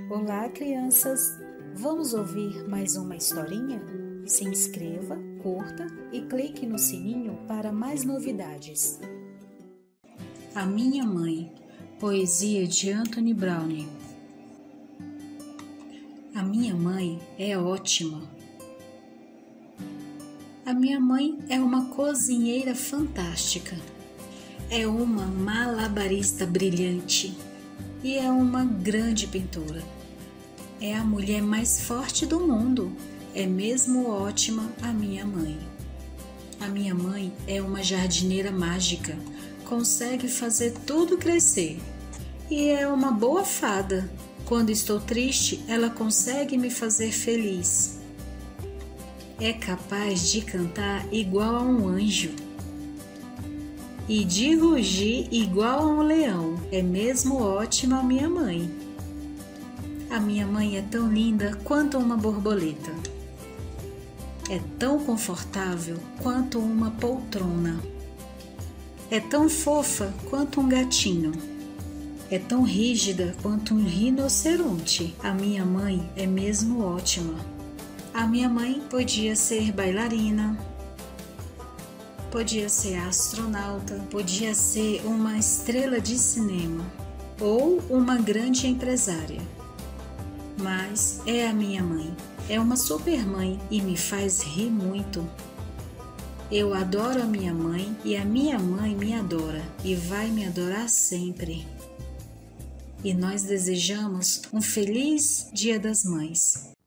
Olá, crianças! Vamos ouvir mais uma historinha? Se inscreva, curta e clique no sininho para mais novidades. A Minha Mãe, poesia de Anthony Browne. A minha mãe é ótima. A minha mãe é uma cozinheira fantástica. É uma malabarista brilhante e é uma grande pintora. É a mulher mais forte do mundo. É mesmo ótima a minha mãe. A minha mãe é uma jardineira mágica. Consegue fazer tudo crescer. E é uma boa fada. Quando estou triste, ela consegue me fazer feliz. É capaz de cantar igual a um anjo e de rugir igual a um leão. É mesmo ótima a minha mãe. A minha mãe é tão linda quanto uma borboleta. É tão confortável quanto uma poltrona. É tão fofa quanto um gatinho. É tão rígida quanto um rinoceronte. A minha mãe é mesmo ótima. A minha mãe podia ser bailarina, podia ser astronauta, podia ser uma estrela de cinema ou uma grande empresária. Mas é a minha mãe. É uma super mãe e me faz rir muito. Eu adoro a minha mãe e a minha mãe me adora e vai me adorar sempre. E nós desejamos um feliz Dia das Mães.